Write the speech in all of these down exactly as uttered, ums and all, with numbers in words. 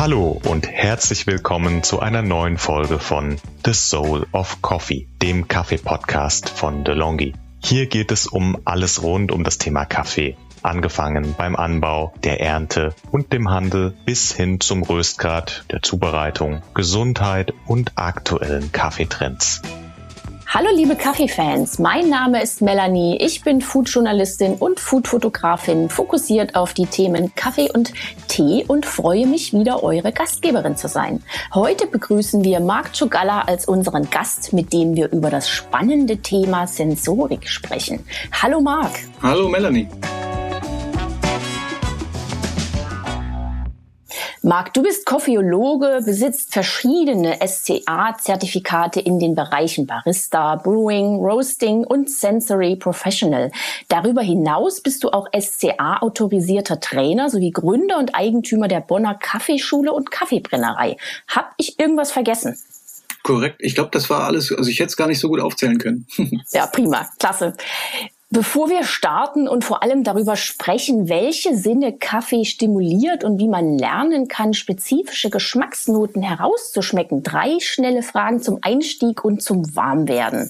Hallo und herzlich willkommen zu einer neuen Folge von The Soul of Coffee, dem Kaffee-Podcast von DeLonghi. Hier geht es um alles rund um das Thema Kaffee, angefangen beim Anbau, der Ernte und dem Handel bis hin zum Röstgrad, der Zubereitung, Gesundheit und aktuellen Kaffeetrends. Hallo liebe Kaffeefans, mein Name ist Melanie, ich bin Food-Journalistin und Food-Fotografin, fokussiert auf die Themen Kaffee und Tee und freue mich, wieder eure Gastgeberin zu sein. Heute begrüßen wir Marc Czugalla als unseren Gast, mit dem wir über das spannende Thema Sensorik sprechen. Hallo Marc. Hallo Melanie. Marc, du bist Koffeologe, besitzt verschiedene S C A-Zertifikate in den Bereichen Barista, Brewing, Roasting und Sensory Professional. Darüber hinaus bist du auch S C A-autorisierter Trainer sowie Gründer und Eigentümer der Bonner Kaffeeschule und Kaffeebrennerei. Hab ich irgendwas vergessen? Korrekt. Ich glaube, das war alles, also ich hätte es gar nicht so gut aufzählen können. Ja, prima. Klasse. Bevor wir starten und vor allem darüber sprechen, welche Sinne Kaffee stimuliert und wie man lernen kann, spezifische Geschmacksnoten herauszuschmecken, drei schnelle Fragen zum Einstieg und zum Warmwerden.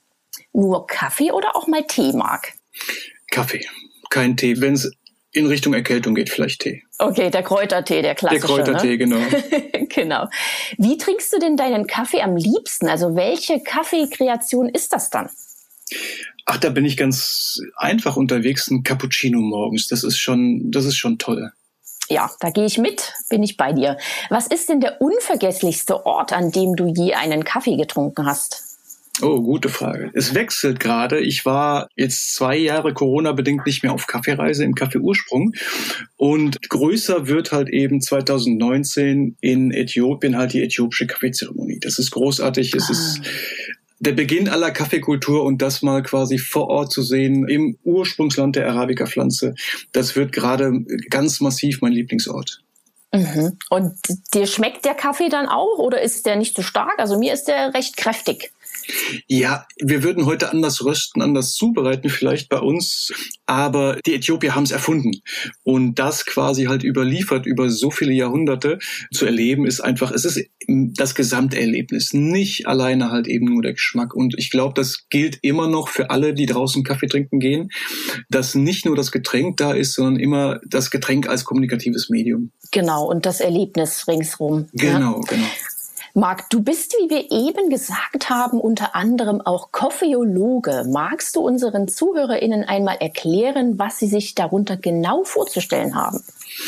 Nur Kaffee oder auch mal Tee, Marc? Kaffee, kein Tee. Wenn es in Richtung Erkältung geht, vielleicht Tee. Okay, der Kräutertee, der klassische. Der Kräutertee, ne? Genau. Genau. Wie trinkst du denn deinen Kaffee am liebsten? Also welche Kaffeekreation ist das dann? Ach, da bin ich ganz einfach unterwegs, ein Cappuccino morgens. Das ist schon, das ist schon toll. Ja, da gehe ich mit, bin ich bei dir. Was ist denn der unvergesslichste Ort, an dem du je einen Kaffee getrunken hast? Oh, gute Frage. Es wechselt gerade. Ich war jetzt zwei Jahre Corona-bedingt nicht mehr auf Kaffeereise im Café Ursprung. Und größer wird halt eben zwanzig neunzehn in Äthiopien halt die äthiopische Kaffeezeremonie. Das ist großartig. Es ah. ist der Beginn aller Kaffeekultur und das mal quasi vor Ort zu sehen im Ursprungsland der Arabica-Pflanze, das wird gerade ganz massiv mein Lieblingsort. Mhm. Und dir schmeckt der Kaffee dann auch oder ist der nicht so stark? Also mir ist der recht kräftig. Ja, wir würden heute anders rösten, anders zubereiten vielleicht bei uns, aber die Äthiopier haben es erfunden und das quasi halt überliefert über so viele Jahrhunderte zu erleben ist einfach, es ist das Gesamterlebnis, nicht alleine halt eben nur der Geschmack und ich glaube, das gilt immer noch für alle, die draußen Kaffee trinken gehen, dass nicht nur das Getränk da ist, sondern immer das Getränk als kommunikatives Medium. Genau, und das Erlebnis ringsrum. Genau, ja. genau. Marc, du bist, wie wir eben gesagt haben, unter anderem auch Koffeologe. Magst du unseren ZuhörerInnen einmal erklären, was sie sich darunter genau vorzustellen haben?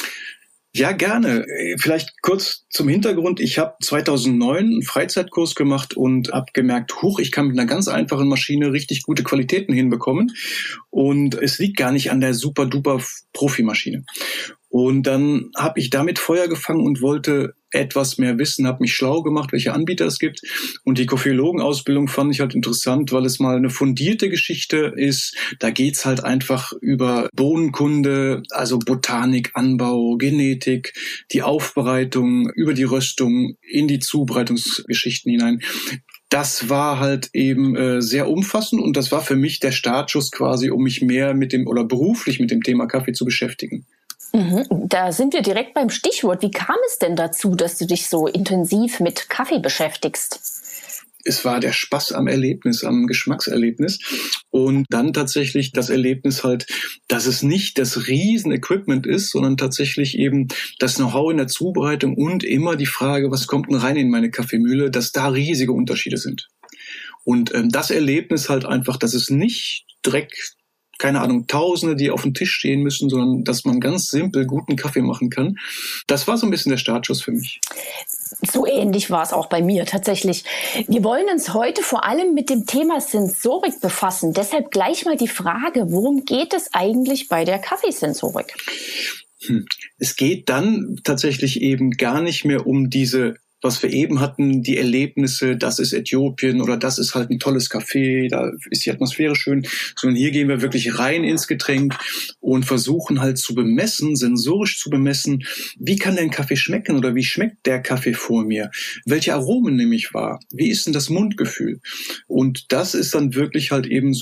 Ja, gerne. Vielleicht kurz zum Hintergrund. Ich habe zweitausendneun einen Freizeitkurs gemacht und habe gemerkt, huch, ich kann mit einer ganz einfachen Maschine richtig gute Qualitäten hinbekommen. Und es liegt gar nicht an der super-duper Profimaschine. Und dann habe ich damit Feuer gefangen und wollte etwas mehr wissen, habe mich schlau gemacht, welche Anbieter es gibt. Und die Koffeologenausbildung fand ich halt interessant, weil es mal eine fundierte Geschichte ist. Da geht's halt einfach über Bohnenkunde, also Botanik, Anbau, Genetik, die Aufbereitung, über die Röstung in die Zubereitungsgeschichten hinein. Das war halt eben äh, sehr umfassend und das war für mich der Startschuss quasi, um mich mehr mit dem oder beruflich mit dem Thema Kaffee zu beschäftigen. Mhm. Da sind wir direkt beim Stichwort. Wie kam es denn dazu, dass du dich so intensiv mit Kaffee beschäftigst? Es war der Spaß am Erlebnis, am Geschmackserlebnis und dann tatsächlich das Erlebnis halt, dass es nicht das Riesen-Equipment ist, sondern tatsächlich eben das Know-how in der Zubereitung und immer die Frage, was kommt denn rein in meine Kaffeemühle, dass da riesige Unterschiede sind. Und ähm, das Erlebnis halt einfach, dass es nicht direkt keine Ahnung, Tausende, die auf dem Tisch stehen müssen, sondern dass man ganz simpel guten Kaffee machen kann. Das war so ein bisschen der Startschuss für mich. So ähnlich war es auch bei mir tatsächlich. Wir wollen uns heute vor allem mit dem Thema Sensorik befassen. Deshalb gleich mal die Frage, worum geht es eigentlich bei der Kaffeesensorik? Hm. Es geht dann tatsächlich eben gar nicht mehr um diese, was wir eben hatten, die Erlebnisse, das ist Äthiopien oder das ist halt ein tolles Café, da ist die Atmosphäre schön, sondern hier gehen wir wirklich rein ins Getränk und versuchen halt zu bemessen, sensorisch zu bemessen, wie kann denn Kaffee schmecken oder wie schmeckt der Kaffee vor mir? Welche Aromen nehme ich wahr? Wie ist denn das Mundgefühl? Und das ist dann wirklich halt eben so ein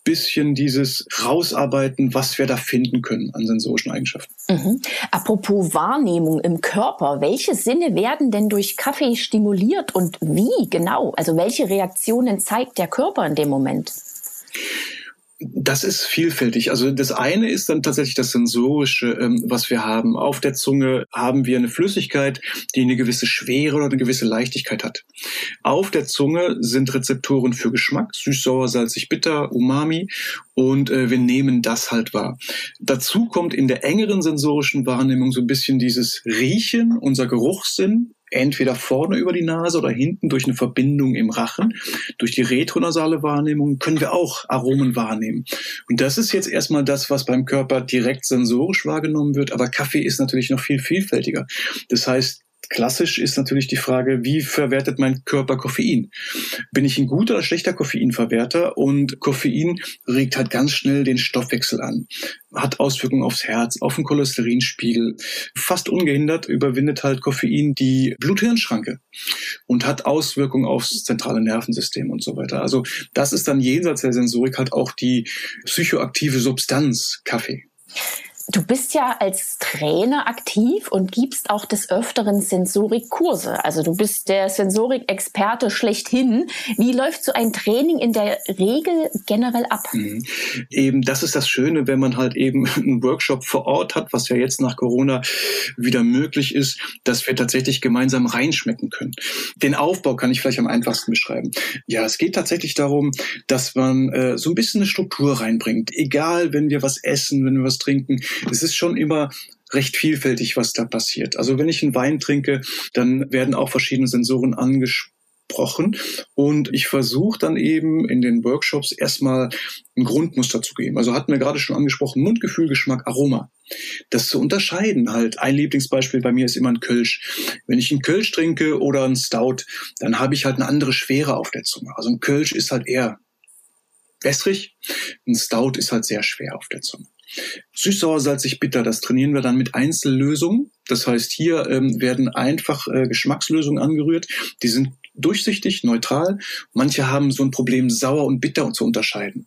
bisschen dieses Rausarbeiten, was wir da finden können an sensorischen Eigenschaften. Mhm. Apropos Wahrnehmung im Körper, welche Sinne werden denn durch Kaffee stimuliert und wie genau? Also welche Reaktionen zeigt der Körper in dem Moment? Das ist vielfältig. Also das eine ist dann tatsächlich das Sensorische, ähm, was wir haben. Auf der Zunge haben wir eine Flüssigkeit, die eine gewisse Schwere oder eine gewisse Leichtigkeit hat. Auf der Zunge sind Rezeptoren für Geschmack, süß, sauer, salzig, bitter, Umami, und äh, wir nehmen das halt wahr. Dazu kommt in der engeren sensorischen Wahrnehmung so ein bisschen dieses Riechen, unser Geruchssinn, entweder vorne über die Nase oder hinten durch eine Verbindung im Rachen. Durch die retronasale Wahrnehmung können wir auch Aromen wahrnehmen. Und das ist jetzt erstmal das, was beim Körper direkt sensorisch wahrgenommen wird. Aber Kaffee ist natürlich noch viel vielfältiger. Das heißt, klassisch ist natürlich die Frage, wie verwertet mein Körper Koffein? Bin ich ein guter oder schlechter Koffeinverwerter? Und Koffein regt halt ganz schnell den Stoffwechsel an, hat Auswirkungen aufs Herz, auf den Cholesterinspiegel. Fast ungehindert überwindet halt Koffein die Blut-Hirn-Schranke und hat Auswirkungen aufs zentrale Nervensystem und so weiter. Also das ist dann jenseits der Sensorik halt auch die psychoaktive Substanz Kaffee. Du bist ja als Trainer aktiv und gibst auch des Öfteren Sensorikkurse. Also du bist der Sensorik-Experte schlechthin. Wie läuft so ein Training in der Regel generell ab? Mhm. Eben, das ist das Schöne, wenn man halt eben einen Workshop vor Ort hat, was ja jetzt nach Corona wieder möglich ist, dass wir tatsächlich gemeinsam reinschmecken können. Den Aufbau kann ich vielleicht am einfachsten beschreiben. Ja, es geht tatsächlich darum, dass man äh, so ein bisschen eine Struktur reinbringt. Egal, wenn wir was essen, wenn wir was trinken, es ist schon immer recht vielfältig, was da passiert. Also wenn ich einen Wein trinke, dann werden auch verschiedene Sensoren angesprochen und ich versuche dann eben in den Workshops erstmal ein Grundmuster zu geben. Also hatten wir gerade schon angesprochen, Mundgefühl, Geschmack, Aroma. Das zu unterscheiden halt. Ein Lieblingsbeispiel bei mir ist immer ein Kölsch. Wenn ich einen Kölsch trinke oder einen Stout, dann habe ich halt eine andere Schwere auf der Zunge. Also ein Kölsch ist halt eher wässrig, ein Stout ist halt sehr schwer auf der Zunge. Süß, sauer, salzig, bitter, das trainieren wir dann mit Einzellösungen. Das heißt, hier ähm, werden einfach äh, Geschmackslösungen angerührt. Die sind durchsichtig, neutral. Manche haben so ein Problem, sauer und bitter zu unterscheiden.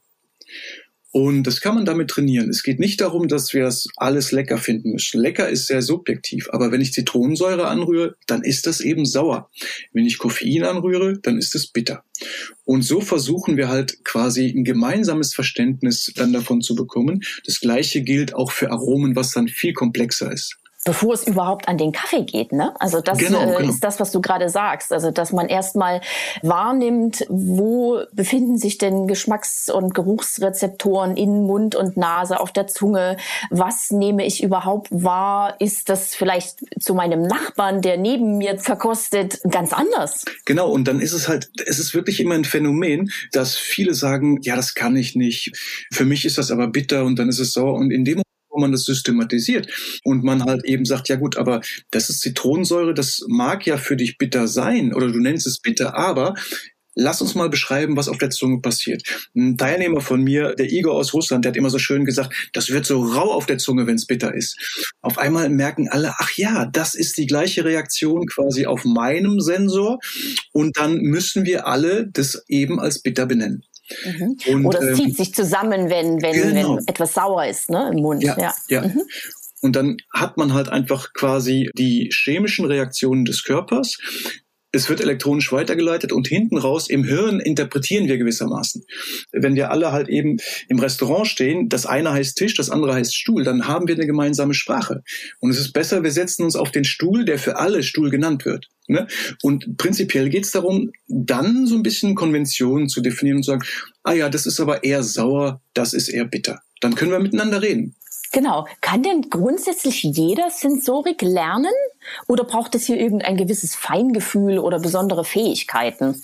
Und das kann man damit trainieren. Es geht nicht darum, dass wir das alles lecker finden müssen. Lecker ist sehr subjektiv. Aber wenn ich Zitronensäure anrühre, dann ist das eben sauer. Wenn ich Koffein anrühre, dann ist es bitter. Und so versuchen wir halt quasi ein gemeinsames Verständnis dann davon zu bekommen. Das Gleiche gilt auch für Aromen, was dann viel komplexer ist. Bevor es überhaupt an den Kaffee geht, ne? Also das genau, äh, genau. ist das, was du gerade sagst. Also dass man erstmal wahrnimmt, wo befinden sich denn Geschmacks- und Geruchsrezeptoren in Mund und Nase, auf der Zunge? Was nehme ich überhaupt wahr? Ist das vielleicht zu meinem Nachbarn, der neben mir verkostet, ganz anders? Genau, und dann ist es halt, es ist wirklich immer ein Phänomen, dass viele sagen, ja, das kann ich nicht. Für mich ist das aber bitter und dann ist es sauer. Und in dem wo man das systematisiert und man halt eben sagt, ja gut, aber das ist Zitronensäure, das mag ja für dich bitter sein oder du nennst es bitter, aber lass uns mal beschreiben, was auf der Zunge passiert. Ein Teilnehmer von mir, der Igor aus Russland, der hat immer so schön gesagt, das wird so rau auf der Zunge, wenn es bitter ist. Auf einmal merken alle, ach ja, das ist die gleiche Reaktion quasi auf meinem Sensor und dann müssen wir alle das eben als bitter benennen. Mhm. Und, Oder es zieht ähm, sich zusammen, wenn, wenn, genau. wenn etwas sauer ist, ne, im Mund. Ja, ja. ja. Mhm. Und dann hat man halt einfach quasi die chemischen Reaktionen des Körpers. Es wird elektronisch weitergeleitet und hinten raus im Hirn interpretieren wir gewissermaßen. Wenn wir alle halt eben im Restaurant stehen, das eine heißt Tisch, das andere heißt Stuhl, dann haben wir eine gemeinsame Sprache. Und es ist besser, wir setzen uns auf den Stuhl, der für alle Stuhl genannt wird. Ne? Und prinzipiell geht es darum, dann so ein bisschen Konventionen zu definieren und zu sagen, ah ja, das ist aber eher sauer, das ist eher bitter. Dann können wir miteinander reden. Genau. Kann denn grundsätzlich jeder Sensorik lernen? Oder braucht es hier irgendein gewisses Feingefühl oder besondere Fähigkeiten?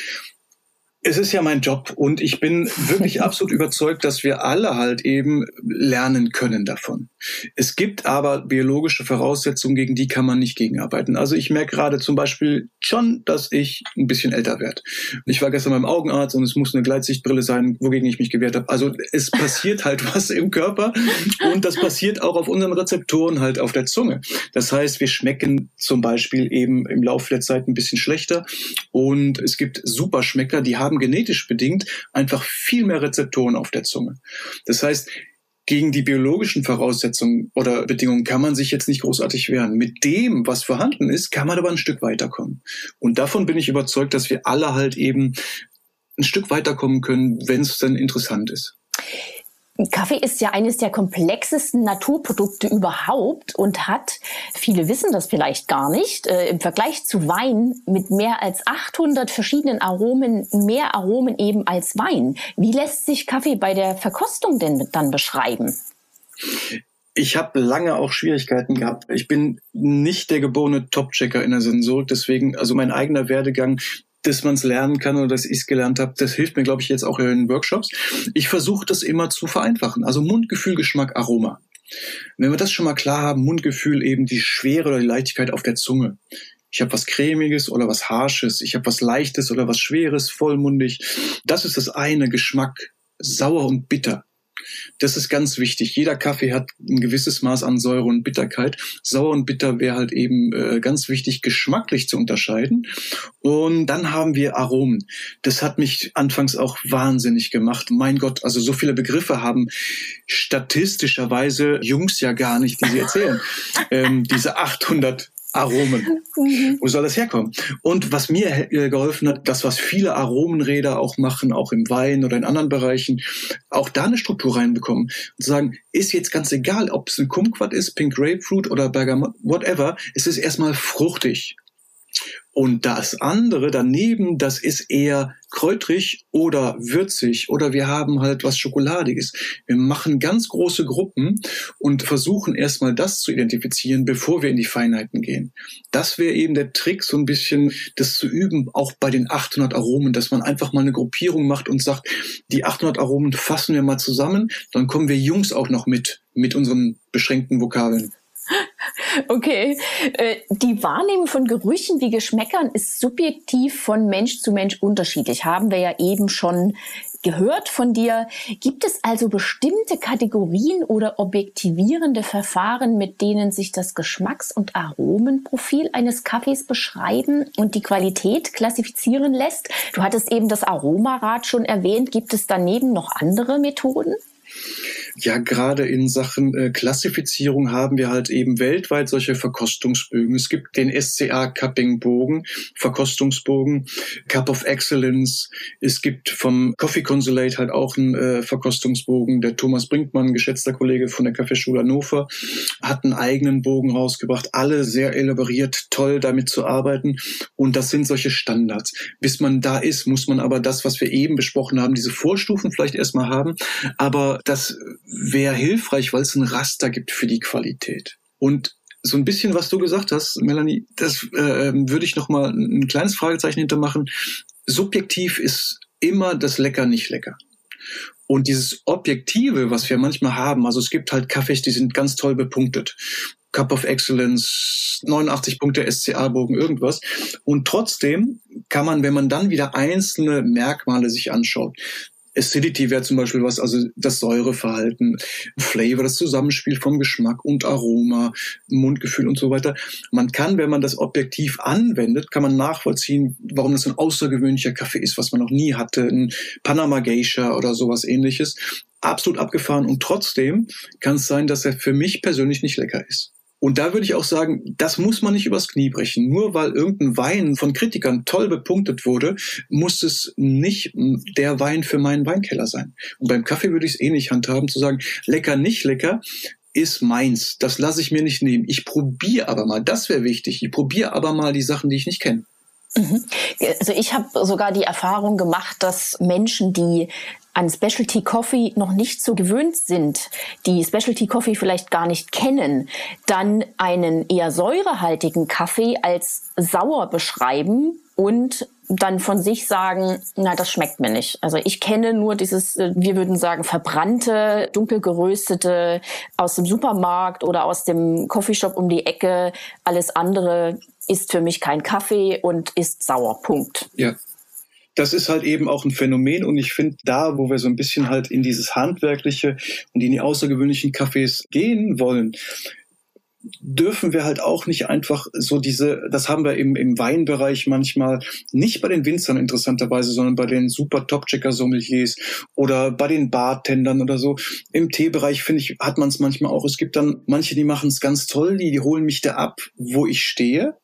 Es ist ja mein Job und ich bin wirklich absolut überzeugt, dass wir alle halt eben lernen können davon. Es gibt aber biologische Voraussetzungen, gegen die kann man nicht gegenarbeiten. Also ich merke gerade zum Beispiel schon, dass ich ein bisschen älter werde. Ich war gestern beim Augenarzt und es muss eine Gleitsichtbrille sein, wogegen ich mich gewehrt habe. Also es passiert halt was im Körper und das passiert auch auf unseren Rezeptoren halt auf der Zunge. Das heißt, wir schmecken zum Beispiel eben im Laufe der Zeit ein bisschen schlechter und es gibt Superschmecker, die haben haben genetisch bedingt einfach viel mehr Rezeptoren auf der Zunge. Das heißt, gegen die biologischen Voraussetzungen oder Bedingungen kann man sich jetzt nicht großartig wehren. Mit dem, was vorhanden ist, kann man aber ein Stück weiterkommen. Und davon bin ich überzeugt, dass wir alle halt eben ein Stück weiterkommen können, wenn es dann interessant ist. Kaffee ist ja eines der komplexesten Naturprodukte überhaupt und hat, viele wissen das vielleicht gar nicht, äh, im Vergleich zu Wein mit mehr als achthundert verschiedenen Aromen, mehr Aromen eben als Wein. Wie lässt sich Kaffee bei der Verkostung denn dann beschreiben? Ich habe lange auch Schwierigkeiten gehabt. Ich bin nicht der geborene Top-Checker in der Sensorik, deswegen, also mein eigener Werdegang, dass man es lernen kann oder dass ich es gelernt habe, das hilft mir, glaube ich, jetzt auch in Workshops. Ich versuche das immer zu vereinfachen. Also Mundgefühl, Geschmack, Aroma. Wenn wir das schon mal klar haben, Mundgefühl eben die Schwere oder die Leichtigkeit auf der Zunge. Ich habe was Cremiges oder was Harsches. Ich habe was Leichtes oder was Schweres, vollmundig. Das ist das eine. Geschmack, sauer und bitter. Das ist ganz wichtig. Jeder Kaffee hat ein gewisses Maß an Säure und Bitterkeit. Sauer und bitter wäre halt eben äh, ganz wichtig, geschmacklich zu unterscheiden. Und dann haben wir Aromen. Das hat mich anfangs auch wahnsinnig gemacht. Mein Gott, also so viele Begriffe haben statistischerweise Jungs ja gar nicht, die sie erzählen. ähm, diese achthundert Aromen. Mhm. Wo soll das herkommen? Und was mir geholfen hat, das, was viele Aromenräder auch machen, auch im Wein oder in anderen Bereichen, auch da eine Struktur reinbekommen und zu sagen, ist jetzt ganz egal, ob es ein Kumquat ist, Pink Grapefruit oder Bergamot, whatever, es ist erstmal fruchtig. Und das andere daneben, das ist eher kräutrig oder würzig oder wir haben halt was Schokoladiges. Wir machen ganz große Gruppen und versuchen erstmal das zu identifizieren, bevor wir in die Feinheiten gehen. Das wäre eben der Trick, so ein bisschen das zu üben, auch bei den achthundert Aromen, dass man einfach mal eine Gruppierung macht und sagt, die achthundert Aromen fassen wir mal zusammen, dann kommen wir Jungs auch noch mit, mit unseren beschränkten Vokabeln. Okay, die Wahrnehmung von Gerüchen wie Geschmäckern ist subjektiv von Mensch zu Mensch unterschiedlich. Haben wir ja eben schon gehört von dir. Gibt es also bestimmte Kategorien oder objektivierende Verfahren, mit denen sich das Geschmacks- und Aromenprofil eines Kaffees beschreiben und die Qualität klassifizieren lässt? Du hattest eben das Aromarad schon erwähnt. Gibt es daneben noch andere Methoden? Ja, gerade in Sachen äh, Klassifizierung haben wir halt eben weltweit solche Verkostungsbögen. Es gibt den S C A-Cupping-Bogen, Verkostungsbogen, Cup of Excellence. Es gibt vom Coffee Consulate halt auch einen äh, Verkostungsbogen. Der Thomas Brinkmann, geschätzter Kollege von der Kaffeeschule Hannover, hat einen eigenen Bogen rausgebracht. Alle sehr elaboriert, toll damit zu arbeiten. Und das sind solche Standards. Bis man da ist, muss man aber das, was wir eben besprochen haben, diese Vorstufen vielleicht erstmal haben. Aber das wäre hilfreich, weil es ein Raster gibt für die Qualität. Und so ein bisschen, was du gesagt hast, Melanie, das äh, würde ich noch mal ein kleines Fragezeichen hintermachen. Subjektiv ist immer das Lecker nicht lecker. Und dieses Objektive, was wir manchmal haben, also es gibt halt Kaffees, die sind ganz toll bepunktet. Cup of Excellence, neunundachtzig Punkte S C A-Bogen, irgendwas. Und trotzdem kann man, wenn man dann wieder einzelne Merkmale sich anschaut, Acidity wäre zum Beispiel was, also das Säureverhalten, Flavor, das Zusammenspiel vom Geschmack und Aroma, Mundgefühl und so weiter. Man kann, wenn man das objektiv anwendet, kann man nachvollziehen, warum das ein außergewöhnlicher Kaffee ist, was man noch nie hatte, ein Panama Geisha oder sowas Ähnliches. Absolut abgefahren und trotzdem kann es sein, dass er für mich persönlich nicht lecker ist. Und da würde ich auch sagen, das muss man nicht übers Knie brechen. Nur weil irgendein Wein von Kritikern toll bepunktet wurde, muss es nicht der Wein für meinen Weinkeller sein. Und beim Kaffee würde ich es ähnlich handhaben, zu sagen, lecker, nicht lecker, ist meins. Das lasse ich mir nicht nehmen. Ich probiere aber mal, das wäre wichtig, ich probiere aber mal die Sachen, die ich nicht kenne. Also ich habe sogar die Erfahrung gemacht, dass Menschen, die an Specialty Coffee noch nicht so gewöhnt sind, die Specialty Coffee vielleicht gar nicht kennen, dann einen eher säurehaltigen Kaffee als sauer beschreiben und dann von sich sagen, na, das schmeckt mir nicht. Also ich kenne nur dieses, wir würden sagen, verbrannte, dunkel geröstete aus dem Supermarkt oder aus dem Coffeeshop um die Ecke. Alles andere ist für mich kein Kaffee und ist sauer. Punkt. Ja. Das ist halt eben auch ein Phänomen und ich finde, da, wo wir so ein bisschen halt in dieses Handwerkliche und in die außergewöhnlichen Cafés gehen wollen, dürfen wir halt auch nicht einfach so diese, das haben wir im, im Weinbereich manchmal, nicht bei den Winzern interessanterweise, sondern bei den super Top-Checker-Sommeliers oder bei den Bartendern oder so. Im Teebereich, finde ich, hat man es manchmal auch. Es gibt dann manche, die machen es ganz toll, die, die holen mich da ab, wo ich stehe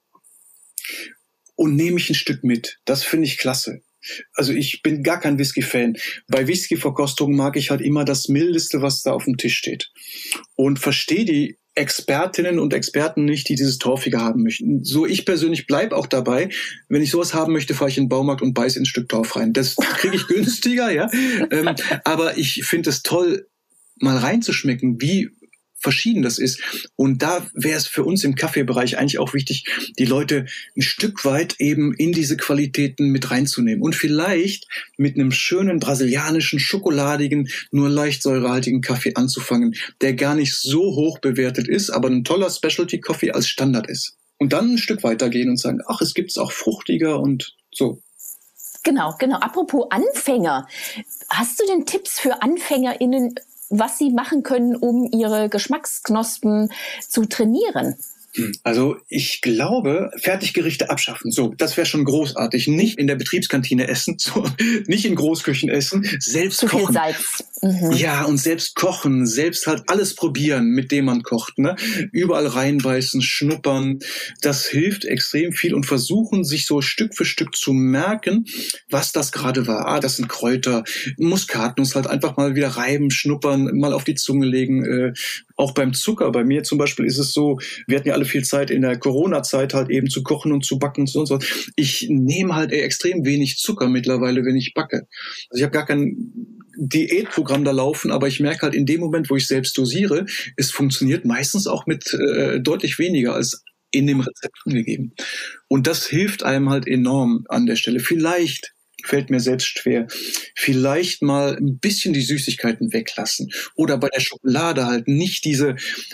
und nehme mich ein Stück mit. Das finde ich klasse. Also ich bin gar kein Whisky-Fan. Bei Whisky-Verkostungen mag ich halt immer das Mildeste, was da auf dem Tisch steht. Und verstehe die Expertinnen und Experten nicht, die dieses Torfige haben möchten. So, ich persönlich bleib auch dabei. Wenn ich sowas haben möchte, fahre ich in den Baumarkt und beiß in ein Stück Torf rein. Das kriege ich günstiger, ja. Ähm, aber ich finde es toll, mal reinzuschmecken, wie verschieden das ist. Und da wäre es für uns im Kaffeebereich eigentlich auch wichtig, die Leute ein Stück weit eben in diese Qualitäten mit reinzunehmen und vielleicht mit einem schönen brasilianischen, schokoladigen, nur leicht säurehaltigen Kaffee anzufangen, der gar nicht so hoch bewertet ist, aber ein toller Specialty-Coffee als Standard ist. Und dann ein Stück weitergehen und sagen, ach, es gibt's auch fruchtiger und so. Genau, genau. Apropos Anfänger. Hast du denn Tipps für AnfängerInnen, was sie machen können, um ihre Geschmacksknospen zu trainieren? Also ich glaube, Fertiggerichte abschaffen. So, das wäre schon großartig. Nicht in der Betriebskantine essen, so, nicht in Großküchen essen, selbst Zu kochen. viel Salz. Mhm. Ja, und selbst kochen, selbst halt alles probieren, mit dem man kocht, ne? Überall reinbeißen, schnuppern. Das hilft extrem viel und versuchen, sich so Stück für Stück zu merken, was das gerade war. Ah, das sind Kräuter, Muskatnuss, halt einfach mal wieder reiben, schnuppern, mal auf die Zunge legen. Äh, auch beim Zucker, bei mir zum Beispiel ist es so, wir hatten ja alle viel Zeit in der Corona-Zeit halt eben zu kochen und zu backen und so und so. Ich nehme halt extrem wenig Zucker mittlerweile, wenn ich backe. Also ich habe gar kein Diätprogramm da laufen, aber ich merke halt in dem Moment, wo ich selbst dosiere, es funktioniert meistens auch mit äh, deutlich weniger als in dem Rezept angegeben. Und das hilft einem halt enorm an der Stelle. Vielleicht fällt mir selbst schwer, vielleicht mal ein bisschen die Süßigkeiten weglassen oder bei der Schokolade halt nicht diese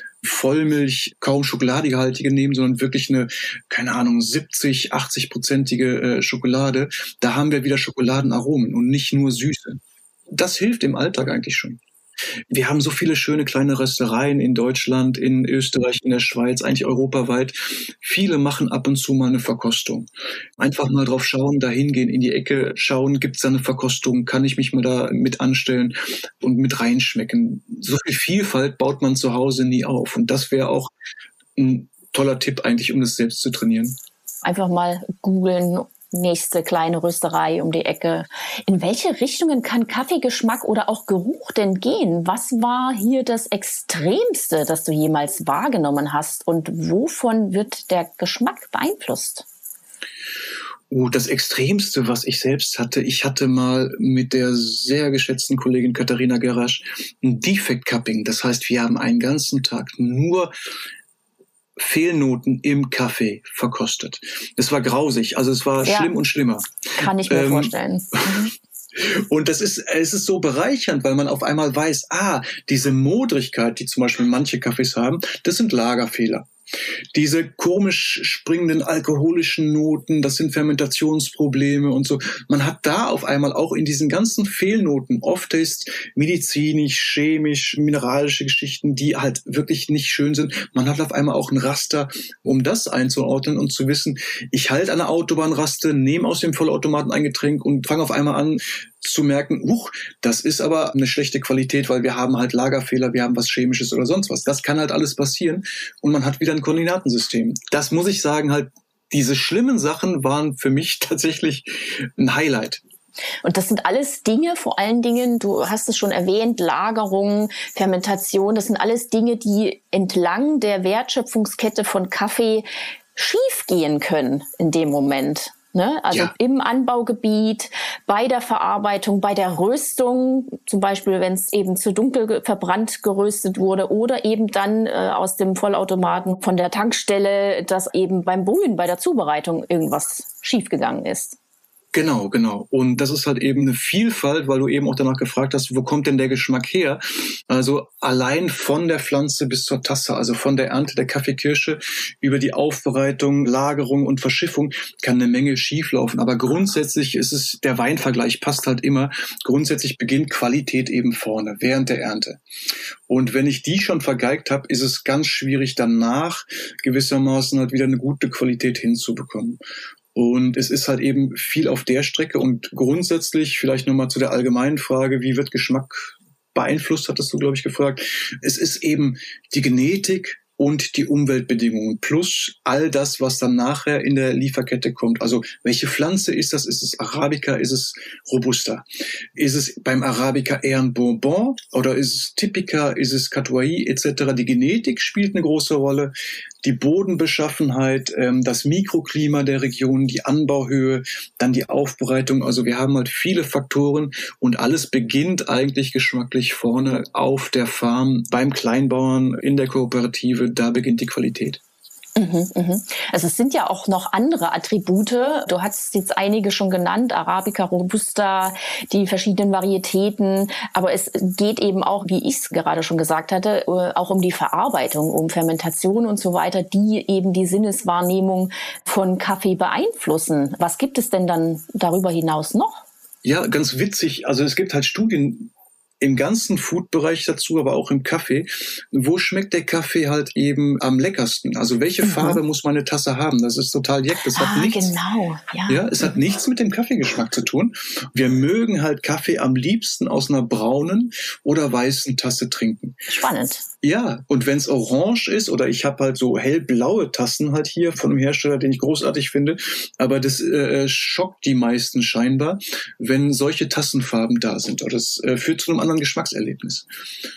Vollmilch, kaum schokoladehaltige nehmen, sondern wirklich eine, keine Ahnung, siebzig, achtzig-prozentige äh, Schokolade. Da haben wir wieder Schokoladenaromen und nicht nur Süße. Das hilft im Alltag eigentlich schon. Wir haben so viele schöne kleine Röstereien in Deutschland, in Österreich, in der Schweiz, eigentlich europaweit. Viele machen ab und zu mal eine Verkostung. Einfach mal drauf schauen, da hingehen, in die Ecke schauen, gibt's da eine Verkostung, kann ich mich mal da mit anstellen und mit reinschmecken. So viel Vielfalt baut man zu Hause nie auf. Und das wäre auch ein toller Tipp eigentlich, um das selbst zu trainieren. Einfach mal googeln. Nächste kleine Rösterei um die Ecke. In welche Richtungen kann Kaffeegeschmack oder auch Geruch denn gehen? Was war hier das Extremste, das du jemals wahrgenommen hast? Und wovon wird der Geschmack beeinflusst? Oh, das Extremste, was ich selbst hatte, ich hatte mal mit der sehr geschätzten Kollegin Katharina Gerasch ein Defect Cupping. Das heißt, wir haben einen ganzen Tag nur Fehlnoten im Kaffee verkostet. Es war grausig, also es war ja schlimm und schlimmer. Kann ich mir ähm, vorstellen. Und das ist, es ist so bereichernd, weil man auf einmal weiß, ah, diese Modrigkeit, die zum Beispiel manche Kaffees haben, das sind Lagerfehler. Diese komisch springenden alkoholischen Noten, das sind Fermentationsprobleme und so. Man hat da auf einmal auch in diesen ganzen Fehlnoten, oft ist medizinisch, chemisch, mineralische Geschichten, die halt wirklich nicht schön sind. Man hat auf einmal auch ein Raster, um das einzuordnen und zu wissen, ich halte an der Autobahnraste, nehme aus dem Vollautomaten ein Getränk und fange auf einmal an zu merken, huch, das ist aber eine schlechte Qualität, weil wir haben halt Lagerfehler, wir haben was Chemisches oder sonst was. Das kann halt alles passieren und man hat wieder ein Koordinatensystem. Das muss ich sagen, halt, diese schlimmen Sachen waren für mich tatsächlich ein Highlight. Und das sind alles Dinge, vor allen Dingen, du hast es schon erwähnt, Lagerung, Fermentation, das sind alles Dinge, die entlang der Wertschöpfungskette von Kaffee schief gehen können in dem Moment. Ne? Also ja. Im Anbaugebiet, bei der Verarbeitung, bei der Röstung, zum Beispiel, wenn es eben zu dunkel verbrannt geröstet wurde oder eben dann äh, aus dem Vollautomaten von der Tankstelle, dass eben beim Brühen, bei der Zubereitung irgendwas schiefgegangen ist. Genau, genau. Und das ist halt eben eine Vielfalt, weil du eben auch danach gefragt hast, wo kommt denn der Geschmack her? Also allein von der Pflanze bis zur Tasse, also von der Ernte der Kaffeekirsche über die Aufbereitung, Lagerung und Verschiffung kann eine Menge schieflaufen. Aber grundsätzlich ist es, der Weinvergleich passt halt immer. Grundsätzlich beginnt Qualität eben vorne, während der Ernte. Und wenn ich die schon vergeigt habe, ist es ganz schwierig, danach gewissermaßen halt wieder eine gute Qualität hinzubekommen. Und es ist halt eben viel auf der Strecke und grundsätzlich, vielleicht nochmal zu der allgemeinen Frage, wie wird Geschmack beeinflusst, hattest du, glaube ich, gefragt. Es ist eben die Genetik und die Umweltbedingungen plus all das, was dann nachher in der Lieferkette kommt. Also welche Pflanze ist das? Ist es Arabica? Ist es Robusta? Ist es beim Arabica eher ein Bourbon oder ist es Typica? Ist es Catuai et cetera? Die Genetik spielt eine große Rolle. Die Bodenbeschaffenheit, das Mikroklima der Region, die Anbauhöhe, dann die Aufbereitung. Also wir haben halt viele Faktoren und alles beginnt eigentlich geschmacklich vorne auf der Farm, beim Kleinbauern, in der Kooperative. Da beginnt die Qualität. Mhm, mhm. Also es sind ja auch noch andere Attribute. Du hast jetzt einige schon genannt, Arabica, Robusta, die verschiedenen Varietäten. Aber es geht eben auch, wie ich es gerade schon gesagt hatte, auch um die Verarbeitung, um Fermentation und so weiter, die eben die Sinneswahrnehmung von Kaffee beeinflussen. Was gibt es denn dann darüber hinaus noch? Ja, ganz witzig. Also es gibt halt Studien im ganzen Food-Bereich dazu, aber auch im Kaffee. Wo schmeckt der Kaffee halt eben am leckersten? Also welche mhm. Farbe muss meine Tasse haben? Das ist total jeck. Das ah, hat nichts. Genau. Ja. Ja, es hat nichts mit dem Kaffeegeschmack zu tun. Wir mögen halt Kaffee am liebsten aus einer braunen oder weißen Tasse trinken. Spannend. Ja, und wenn es orange ist oder ich habe halt so hellblaue Tassen halt hier von einem Hersteller, den ich großartig finde, aber das äh, schockt die meisten scheinbar, wenn solche Tassenfarben da sind. Oder das äh, führt zu einem anderen Geschmackserlebnis.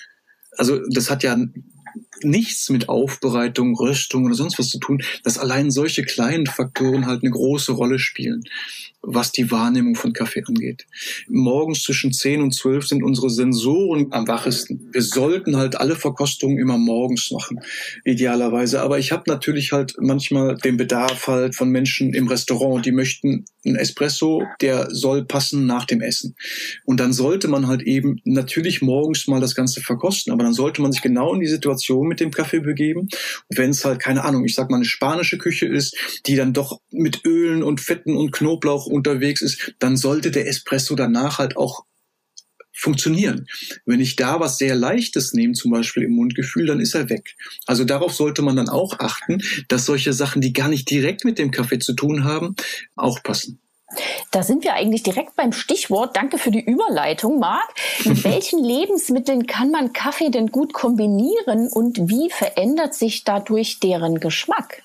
Also das hat ja nichts mit Aufbereitung, Röstung oder sonst was zu tun, dass allein solche kleinen Faktoren halt eine große Rolle spielen, was die Wahrnehmung von Kaffee angeht. Morgens zwischen zehn und zwölf sind unsere Sensoren am wachesten. Wir sollten halt alle Verkostungen immer morgens machen, idealerweise. Aber ich habe natürlich halt manchmal den Bedarf halt von Menschen im Restaurant, die möchten einen Espresso, der soll passen nach dem Essen. Und dann sollte man halt eben natürlich morgens mal das Ganze verkosten, aber dann sollte man sich genau in die Situation mit dem Kaffee begeben. Und wenn es halt, keine Ahnung, ich sag mal eine spanische Küche ist, die dann doch mit Ölen und Fetten und Knoblauch unterwegs ist, dann sollte der Espresso danach halt auch funktionieren. Wenn ich da was sehr Leichtes nehme, zum Beispiel im Mundgefühl, dann ist er weg. Also darauf sollte man dann auch achten, dass solche Sachen, die gar nicht direkt mit dem Kaffee zu tun haben, auch passen. Da sind wir eigentlich direkt beim Stichwort. Danke für die Überleitung, Marc. Mit welchen Lebensmitteln kann man Kaffee denn gut kombinieren und wie verändert sich dadurch deren Geschmack?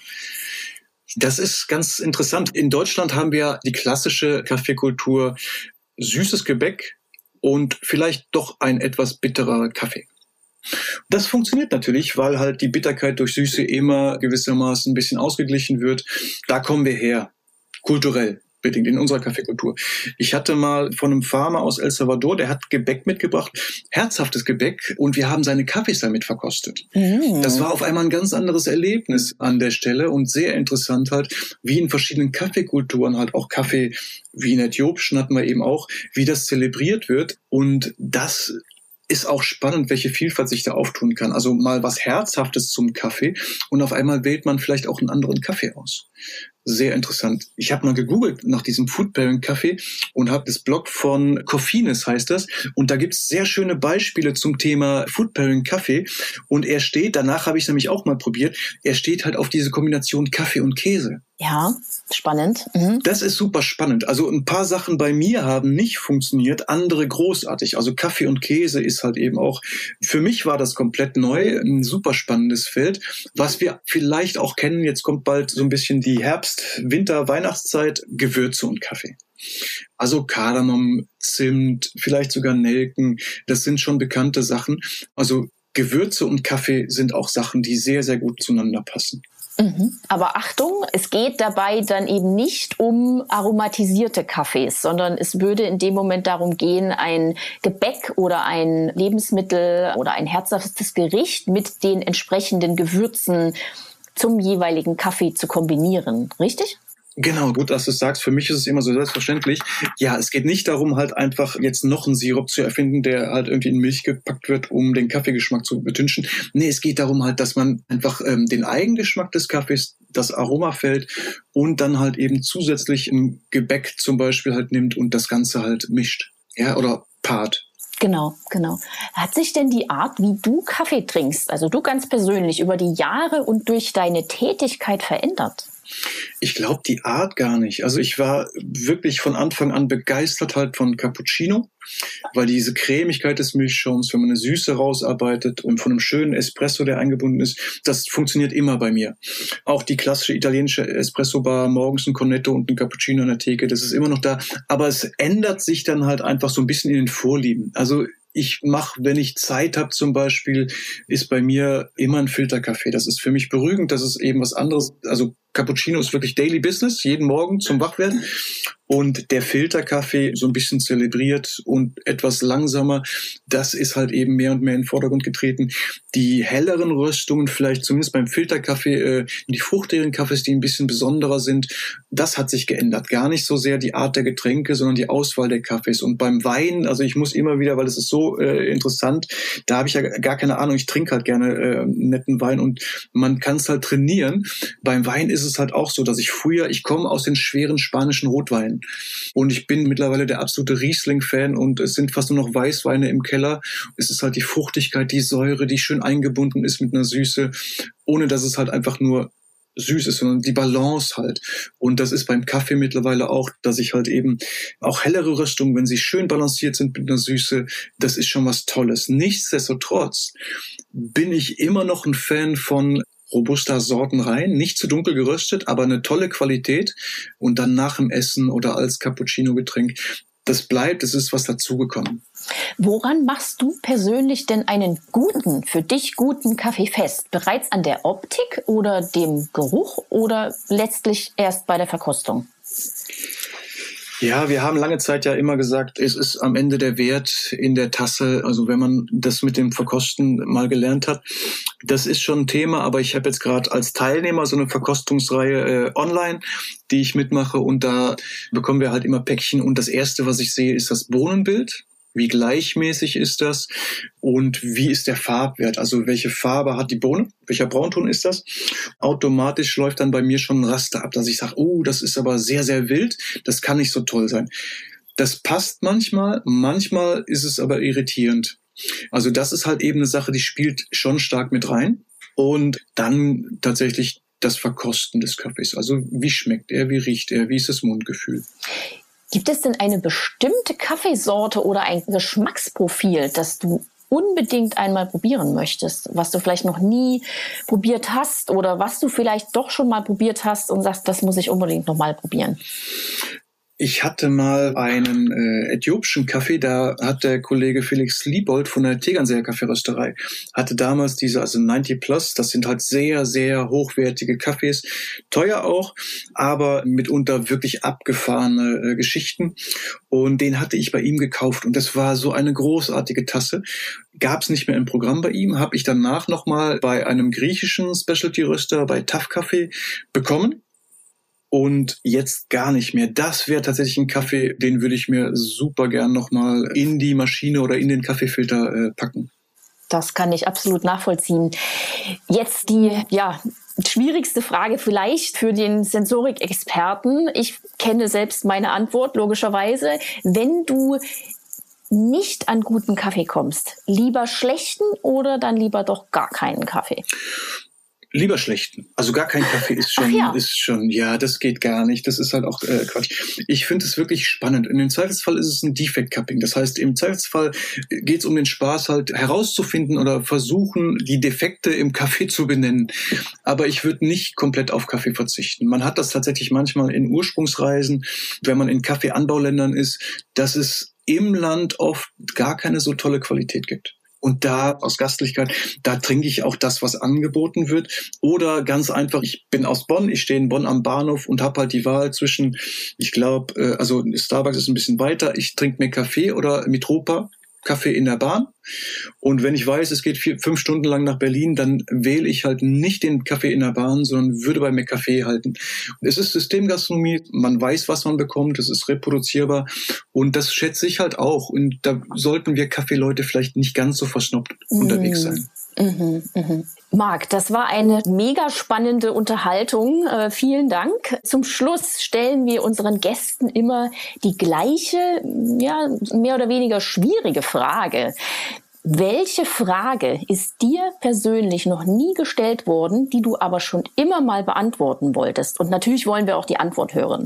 Das ist ganz interessant. In Deutschland haben wir die klassische Kaffeekultur, süßes Gebäck und vielleicht doch ein etwas bitterer Kaffee. Das funktioniert natürlich, weil halt die Bitterkeit durch Süße immer gewissermaßen ein bisschen ausgeglichen wird. Da kommen wir her, kulturell bedingt in unserer Kaffeekultur. Ich hatte mal von einem Farmer aus El Salvador, der hat Gebäck mitgebracht, herzhaftes Gebäck, und wir haben seine Kaffees damit verkostet. Mm. Das war auf einmal ein ganz anderes Erlebnis an der Stelle und sehr interessant halt, wie in verschiedenen Kaffeekulturen halt auch Kaffee, wie in Äthiopischen hatten wir eben auch, wie das zelebriert wird, und das ist auch spannend, welche Vielfalt sich da auftun kann. Also mal was Herzhaftes zum Kaffee und auf einmal wählt man vielleicht auch einen anderen Kaffee aus. Sehr interessant. Ich habe mal gegoogelt nach diesem Food-Pairing-Kaffee und habe das Blog von Coffines, heißt das. Und da gibt es sehr schöne Beispiele zum Thema Food-Pairing-Kaffee. Und er steht, danach habe ich es nämlich auch mal probiert, er steht halt auf diese Kombination Kaffee und Käse. Ja, spannend. Mhm. Das ist super spannend. Also ein paar Sachen bei mir haben nicht funktioniert, andere großartig. Also Kaffee und Käse ist halt eben auch, für mich war das komplett neu, ein super spannendes Feld. Was wir vielleicht auch kennen, jetzt kommt bald so ein bisschen die Herbst, Winter, Weihnachtszeit, Gewürze und Kaffee. Also Kardamom, Zimt, vielleicht sogar Nelken, das sind schon bekannte Sachen. Also Gewürze und Kaffee sind auch Sachen, die sehr, sehr gut zueinander passen. Mhm. Aber Achtung, es geht dabei dann eben nicht um aromatisierte Kaffees, sondern es würde in dem Moment darum gehen, ein Gebäck oder ein Lebensmittel oder ein herzhaftes Gericht mit den entsprechenden Gewürzen zum jeweiligen Kaffee zu kombinieren, richtig? Genau, gut, dass du es sagst. Für mich ist es immer so selbstverständlich. Ja, es geht nicht darum, halt einfach jetzt noch einen Sirup zu erfinden, der halt irgendwie in Milch gepackt wird, um den Kaffeegeschmack zu betünchen. Nee, es geht darum halt, dass man einfach ähm, den Eigengeschmack des Kaffees, das Aromafeld und dann halt eben zusätzlich ein Gebäck zum Beispiel halt nimmt und das Ganze halt mischt. Ja, oder paart. Genau, genau. Hat sich denn die Art, wie du Kaffee trinkst, also du ganz persönlich, über die Jahre und durch deine Tätigkeit verändert? Ich glaube, die Art gar nicht. Also ich war wirklich von Anfang an begeistert halt von Cappuccino, weil diese Cremigkeit des Milchschaums, wenn man eine Süße rausarbeitet und von einem schönen Espresso, der eingebunden ist, das funktioniert immer bei mir. Auch die klassische italienische Espresso-Bar, morgens ein Cornetto und ein Cappuccino in der Theke, das ist immer noch da. Aber es ändert sich dann halt einfach so ein bisschen in den Vorlieben. Also ich mache, wenn ich Zeit habe zum Beispiel, ist bei mir immer ein Filterkaffee. Das ist für mich beruhigend, das ist eben was anderes. Also Cappuccino ist wirklich Daily Business, jeden Morgen zum Wachwerden. Und der Filterkaffee so ein bisschen zelebriert und etwas langsamer, das ist halt eben mehr und mehr in den Vordergrund getreten. Die helleren Röstungen, vielleicht zumindest beim Filterkaffee, äh, die fruchtigeren Kaffees, die ein bisschen besonderer sind, das hat sich geändert. Gar nicht so sehr die Art der Getränke, sondern die Auswahl der Kaffees. Und beim Wein, also ich muss immer wieder, weil es ist so äh, interessant, da habe ich ja gar keine Ahnung, ich trinke halt gerne äh, netten Wein und man kann es halt trainieren. Beim Wein ist es halt auch so, dass ich früher, ich komme aus den schweren spanischen Rotweinen. Und ich bin mittlerweile der absolute Riesling-Fan und es sind fast nur noch Weißweine im Keller. Es ist halt die Fruchtigkeit, die Säure, die schön eingebunden ist mit einer Süße, ohne dass es halt einfach nur süß ist, sondern die Balance halt. Und das ist beim Kaffee mittlerweile auch, dass ich halt eben auch hellere Röstungen, wenn sie schön balanciert sind mit einer Süße, das ist schon was Tolles. Nichtsdestotrotz bin ich immer noch ein Fan von Robusta-Sorten rein, nicht zu dunkel geröstet, aber eine tolle Qualität und dann nach dem Essen oder als Cappuccino-Getränk. Das bleibt, es ist was dazugekommen. Woran machst du persönlich denn einen guten, für dich guten Kaffee fest? Bereits an der Optik oder dem Geruch oder letztlich erst bei der Verkostung? Ja, wir haben lange Zeit ja immer gesagt, es ist am Ende der Wert in der Tasse. Also wenn man das mit dem Verkosten mal gelernt hat, das ist schon ein Thema. Aber ich habe jetzt gerade als Teilnehmer so eine Verkostungsreihe äh, online, die ich mitmache. Und da bekommen wir halt immer Päckchen. Und das Erste, was ich sehe, ist das Bohnenbild. Wie gleichmäßig ist das und wie ist der Farbwert? Also welche Farbe hat die Bohne? Welcher Braunton ist das? Automatisch läuft dann bei mir schon ein Raster ab, dass ich sage, oh, das ist aber sehr, sehr wild. Das kann nicht so toll sein. Das passt manchmal, manchmal ist es aber irritierend. Also das ist halt eben eine Sache, die spielt schon stark mit rein. Und dann tatsächlich das Verkosten des Kaffees. Also wie schmeckt er, wie riecht er, wie ist das Mundgefühl? Gibt es denn eine bestimmte Kaffeesorte oder ein Geschmacksprofil, das du unbedingt einmal probieren möchtest, was du vielleicht noch nie probiert hast oder was du vielleicht doch schon mal probiert hast und sagst, das muss ich unbedingt noch mal probieren? Ich hatte mal einen äh, äthiopischen Kaffee, da hat der Kollege Felix Liebold von der Tegernseer Kaffeerösterei, hatte damals diese, also neunzig plus, das sind halt sehr, sehr hochwertige Kaffees, teuer auch, aber mitunter wirklich abgefahrene äh, Geschichten. Und den hatte ich bei ihm gekauft und das war so eine großartige Tasse. Gab es nicht mehr im Programm bei ihm, habe ich danach nochmal bei einem griechischen Specialty-Röster, bei Taf Kaffee, bekommen. Und jetzt gar nicht mehr. Das wäre tatsächlich ein Kaffee, den würde ich mir super gern nochmal in die Maschine oder in den Kaffeefilter äh, packen. Das kann ich absolut nachvollziehen. Jetzt die, ja, schwierigste Frage vielleicht für den Sensorik-Experten. Ich kenne selbst meine Antwort, logischerweise. Wenn du nicht an guten Kaffee kommst, lieber schlechten oder dann lieber doch gar keinen Kaffee? Lieber schlechten. Also gar kein Kaffee ist schon, ja. ist schon, ja, das geht gar nicht. Das ist halt auch äh, Quatsch. Ich finde es wirklich spannend. In dem Zweifelsfall ist es ein Defect-Cupping. Das heißt, im Zweifelsfall geht es um den Spaß halt herauszufinden oder versuchen, die Defekte im Kaffee zu benennen. Aber ich würde nicht komplett auf Kaffee verzichten. Man hat das tatsächlich manchmal in Ursprungsreisen, wenn man in Kaffeeanbauländern ist, dass es im Land oft gar keine so tolle Qualität gibt. Und da, aus Gastlichkeit, da trinke ich auch das, was angeboten wird. Oder ganz einfach, ich bin aus Bonn, ich stehe in Bonn am Bahnhof und habe halt die Wahl zwischen, ich glaube, also Starbucks ist ein bisschen weiter, ich trinke mir Kaffee oder Mitropa. Kaffee in der Bahn. Und wenn ich weiß, es geht vier, fünf Stunden lang nach Berlin, dann wähle ich halt nicht den Kaffee in der Bahn, sondern würde bei McCafé halten. Es ist Systemgastronomie, man weiß, was man bekommt, es ist reproduzierbar und das schätze ich halt auch. Und da sollten wir Kaffeeleute vielleicht nicht ganz so verschnuppt mm. unterwegs sein. Mhm, mhm. Marc, das war eine mega spannende Unterhaltung. Äh, vielen Dank. Zum Schluss stellen wir unseren Gästen immer die gleiche, ja, mehr oder weniger schwierige Frage. Welche Frage ist dir persönlich noch nie gestellt worden, die du aber schon immer mal beantworten wolltest? Und natürlich wollen wir auch die Antwort hören.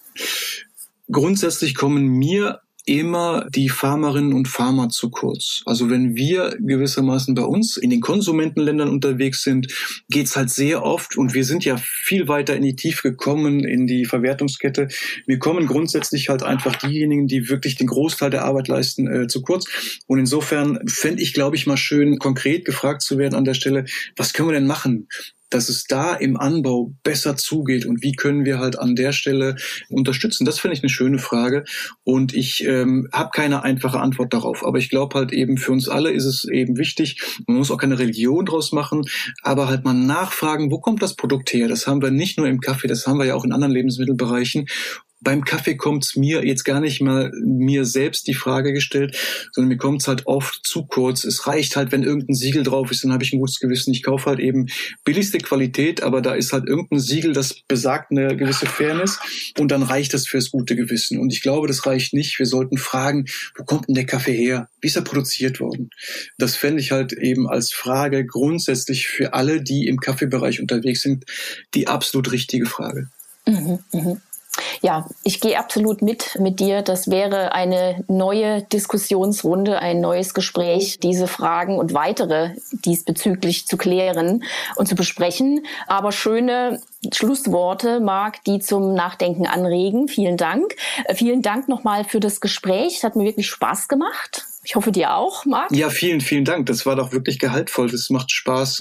Grundsätzlich kommen mir immer die Farmerinnen und Farmer zu kurz. Also wenn wir gewissermaßen bei uns in den Konsumentenländern unterwegs sind, geht's halt sehr oft, und wir sind ja viel weiter in die Tiefe gekommen, in die Verwertungskette. Wir kommen grundsätzlich halt einfach diejenigen, die wirklich den Großteil der Arbeit leisten, äh, zu kurz. Und insofern fände ich, glaube ich, mal schön, konkret gefragt zu werden an der Stelle, was können wir denn machen, dass es da im Anbau besser zugeht und wie können wir halt an der Stelle unterstützen? Das finde ich eine schöne Frage und ich ähm, habe keine einfache Antwort darauf. Aber ich glaube halt eben, für uns alle ist es eben wichtig, man muss auch keine Religion draus machen, aber halt mal nachfragen, wo kommt das Produkt her? Das haben wir nicht nur im Kaffee, das haben wir ja auch in anderen Lebensmittelbereichen. Beim Kaffee kommt es mir jetzt gar nicht mal mir selbst die Frage gestellt, sondern mir kommt es halt oft zu kurz. Es reicht halt, wenn irgendein Siegel drauf ist, dann habe ich ein gutes Gewissen. Ich kaufe halt eben billigste Qualität, aber da ist halt irgendein Siegel, das besagt eine gewisse Fairness und dann reicht das fürs gute Gewissen. Und ich glaube, das reicht nicht. Wir sollten fragen, wo kommt denn der Kaffee her? Wie ist er produziert worden? Das fände ich halt eben als Frage grundsätzlich für alle, die im Kaffeebereich unterwegs sind, die absolut richtige Frage. Mhm, mhm. Ja, ich gehe absolut mit mit dir. Das wäre eine neue Diskussionsrunde, ein neues Gespräch, diese Fragen und weitere diesbezüglich zu klären und zu besprechen. Aber schöne Schlussworte, Marc, die zum Nachdenken anregen. Vielen Dank. Äh, vielen Dank nochmal für das Gespräch. Es hat mir wirklich Spaß gemacht. Ich hoffe, dir auch, Marc. Ja, vielen, vielen Dank. Das war doch wirklich gehaltvoll. Das macht Spaß,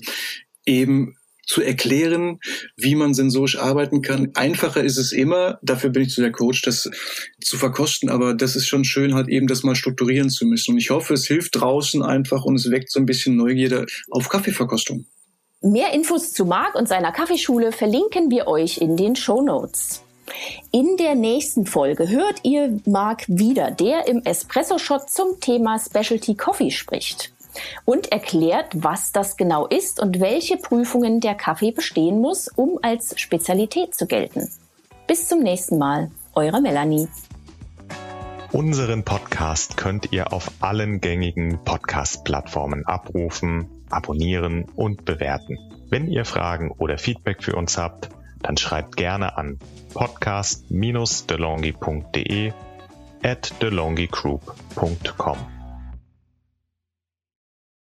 eben zu erklären, wie man sensorisch arbeiten kann. Einfacher ist es immer, dafür bin ich zu der Coach, das zu verkosten, aber das ist schon schön, halt eben das mal strukturieren zu müssen. Und ich hoffe, es hilft draußen einfach und es weckt so ein bisschen Neugierde auf Kaffeeverkostung. Mehr Infos zu Marc und seiner Kaffeeschule verlinken wir euch in den Shownotes. In der nächsten Folge hört ihr Marc wieder, der im Espresso-Shot zum Thema Specialty Coffee spricht und erklärt, was das genau ist und welche Prüfungen der Kaffee bestehen muss, um als Spezialität zu gelten. Bis zum nächsten Mal, eure Melanie. Unseren Podcast könnt ihr auf allen gängigen Podcast-Plattformen abrufen, abonnieren und bewerten. Wenn ihr Fragen oder Feedback für uns habt, dann schreibt gerne an podcast dash delonghi punkt de at delonghi group punkt com.